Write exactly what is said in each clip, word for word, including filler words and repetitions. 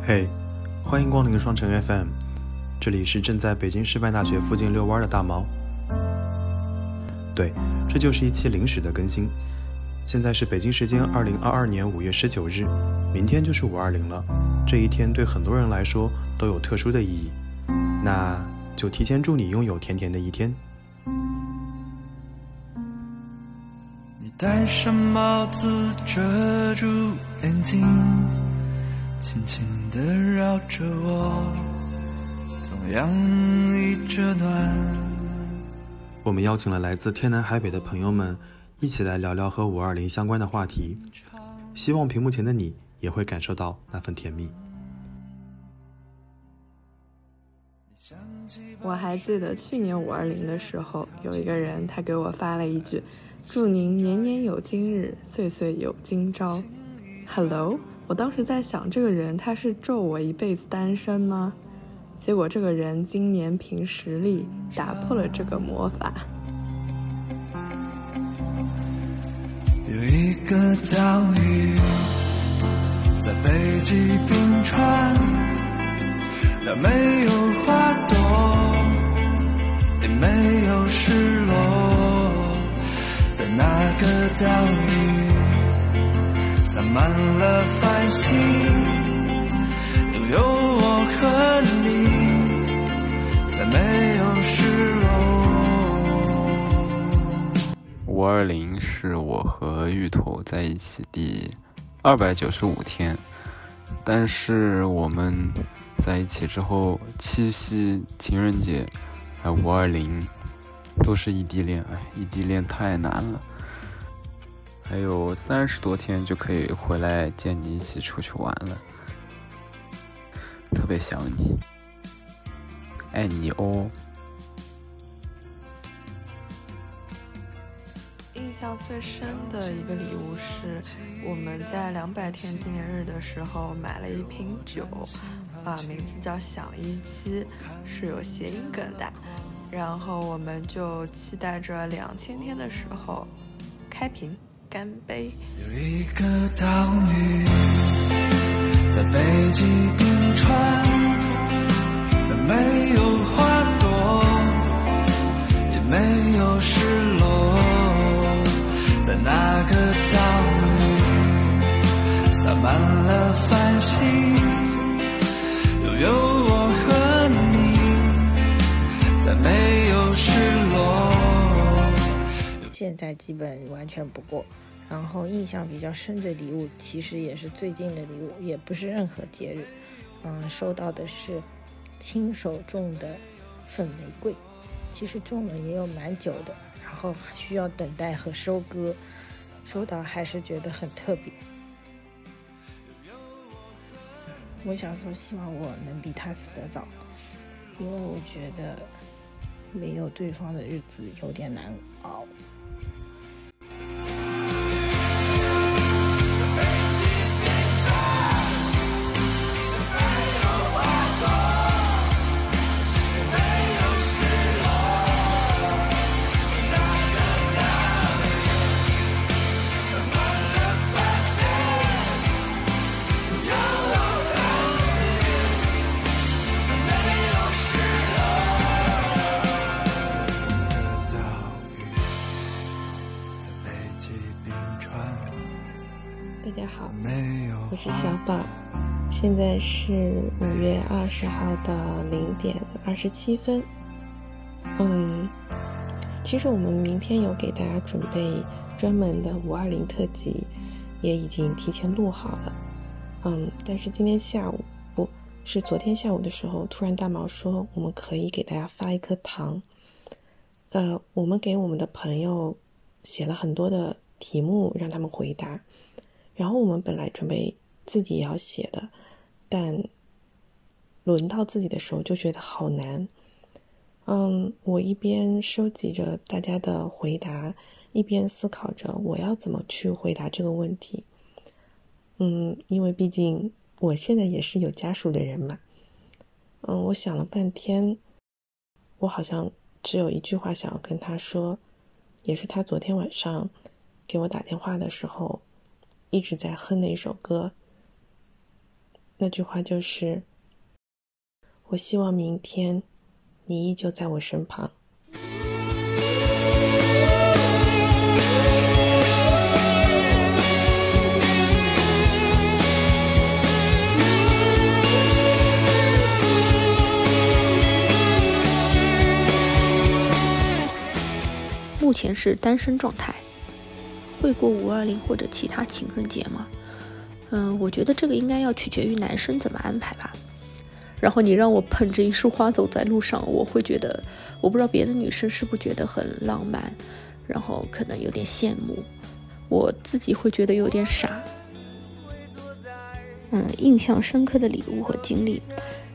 嘿、hey, 欢迎光临双城 F M， 这里是正在北京师范大学附近遛弯的大毛。对，这就是一期临时的更新。现在是北京时间二零二二年五月十九日，明天就是五二零了。这一天对很多人来说都有特殊的意义，那就提前祝你拥有甜甜的一天。 你戴上帽子遮住眼睛，轻轻地绕着我，总洋溢着暖。 我们邀请了来自天南海北的朋友们，一起来聊聊和五二零相关的话题，希望屏幕前的你也会感受到那份甜蜜。 我还记得去年五二零的时候，有一个人他给我发了一句，祝您年年有今日，岁岁有今朝。 Hello， 我当时在想，这个人他是咒我一辈子单身吗？结果这个人今年凭实力打破了这个魔法。 有一个岛屿在北极冰川，那没有花朵也没有失落，在那个岛屿洒满了繁星，拥有我和你，再没有失落。 五二零是我和芋头在一起第二百九十五天，但是我们在一起之后，七夕、情人节还有五二零都是异地恋，哎，异地恋太难了。还有三十多天就可以回来见你一起出去玩了，特别想你，爱你哦。 印象最深的一个礼物是我们在两百天纪念日的时候买了一瓶酒，啊，名字叫响一七，是有谐音梗的。然后我们就期待着两千天的时候开瓶干杯。 有一个岛屿在北极冰川，没有花朵也没有失落，在那个岛屿洒满了繁星，拥有我和你，再没有失落。 现在基本完全不过，然后印象比较深的礼物其实也是最近的礼物，也不是任何节日。嗯，收到的是亲手种的粉玫瑰，其实种了也有蛮久的，然后需要等待和收割，收到还是觉得很特别。我想说希望我能比他死得早，因为我觉得没有对方的日子有点难熬。 大家好，我是小宝，现在是五月二十号的零点二十七分。嗯，其实我们明天有给大家准备专门的五二零特辑，也已经提前录好了。嗯，但是今天下午不是昨天下午的时候，突然大毛说我们可以给大家发一颗糖。呃，我们给我们的朋友写了很多的题目让他们回答。然后我们本来准备自己也要写的，但轮到自己的时候就觉得好难。嗯，我一边收集着大家的回答，一边思考着我要怎么去回答这个问题。嗯，因为毕竟我现在也是有家属的人嘛。嗯，我想了半天，我好像只有一句话想要跟他说，也是他昨天晚上给我打电话的时候一直在哼的一首歌， 那句话就是：我希望明天你依旧在我身旁。 目前是单身状态，会过五二零或者其他情人节吗？嗯，我觉得这个应该要取决于男生怎么安排吧。然后你让我捧着一束花走在路上，我会觉得，我不知道别的女生是不是觉得很浪漫，然后可能有点羡慕，我自己会觉得有点傻。嗯，印象深刻的礼物和经历，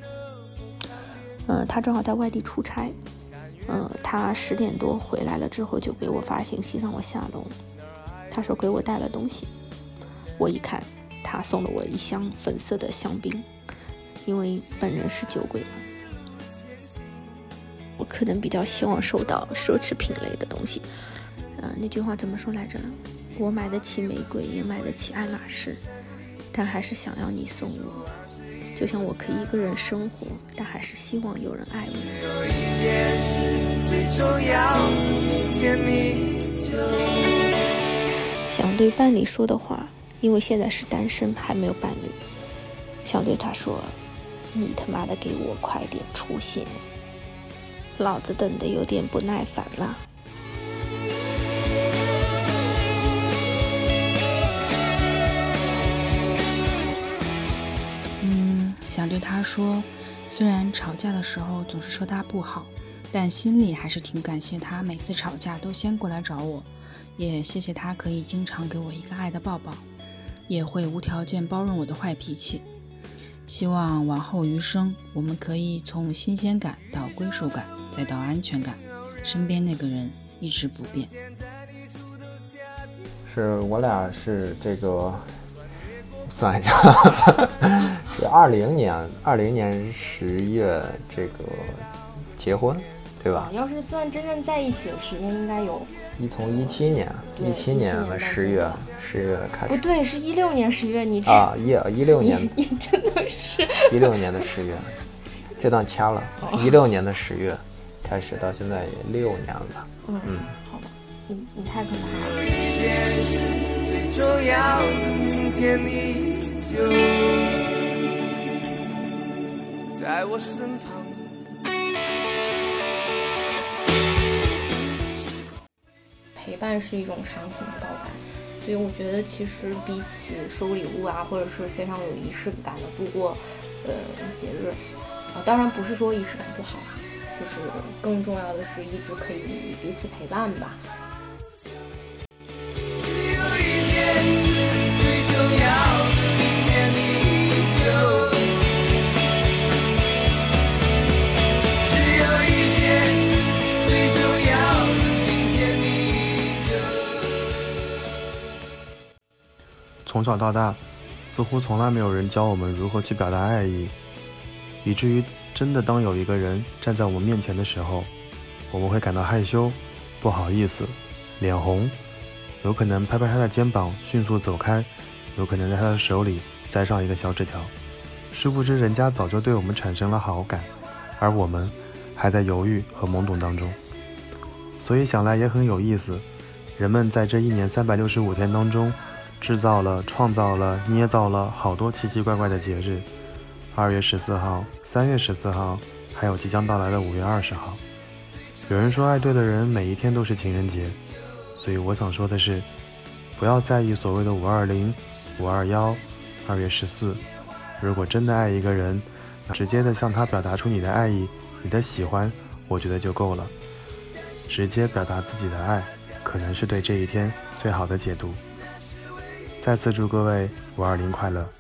嗯，他正好在外地出差，嗯，他十点多回来了之后就给我发信息让我下楼，他说给我带了东西，我一看，他送了我一箱粉色的香槟，因为本人是酒鬼嘛，我可能比较希望收到奢侈品类的东西。呃，那句话怎么说来着？我买得起玫瑰，也买得起爱马仕，但还是想要你送我。就像我可以一个人生活，但还是希望有人爱我。 有一件事最重要，明天你就想对伴侣说的话，因为现在是单身，还没有伴侣，想对他说：你他妈的给我快点出现，老子等得有点不耐烦了。 嗯，想对他说，虽然吵架的时候总是说他不好，但心里还是挺感谢他每次吵架都先过来找我，也谢谢他可以经常给我一个爱的抱抱，也会无条件包容我的坏脾气。希望往后余生，我们可以从新鲜感到归属感，再到安全感，身边那个人一直不变。 是我俩是这个，算一下，是二零年二零年十月这个结婚，对吧？ 要是算真正在一起的时间，应该有。 一从一七年，一七年的十月，十月开始。 不对，是一六年十月，你啊，一一六年， 你你真的是一六年的十月，这段掐了。一六年的十月开始到现在也六年了。 嗯，嗯好吧，你你太可怕了。 有一件事最重要的，明天你就在我身旁。 陪伴是一种长情的告白，所以我觉得其实比起收礼物啊，或者是非常有仪式感的度过呃节日啊，当然不是说仪式感不好啊，就是更重要的是一直可以彼此陪伴吧。 只有一件事最重要的，明天你就只有一件事最重要的，明天你从小到大，似乎从来没有人教我们如何去表达爱意，以至于真的当有一个人站在我们面前的时候，我们会感到害羞、不好意思、脸红，有可能拍拍他的肩膀迅速走开，有可能在他的手里塞上一个小纸条，殊不知人家早就对我们产生了好感，而我们还在犹豫和懵懂当中。所以想来也很有意思，人们在这一年三百六十五天当中制造了、创造了、捏造了好多奇奇怪怪的节日，二月十四号、三月十四号，还有即将到来的五月二十号。有人说爱对的人每一天都是情人节，所以我想说的是，不要在意所谓的五二零、五二一、二月十四。如果真的爱一个人，直接的向他表达出你的爱意、你的喜欢，我觉得就够了。直接表达自己的爱，可能是对这一天最好的解读。再次祝各位五二零快乐。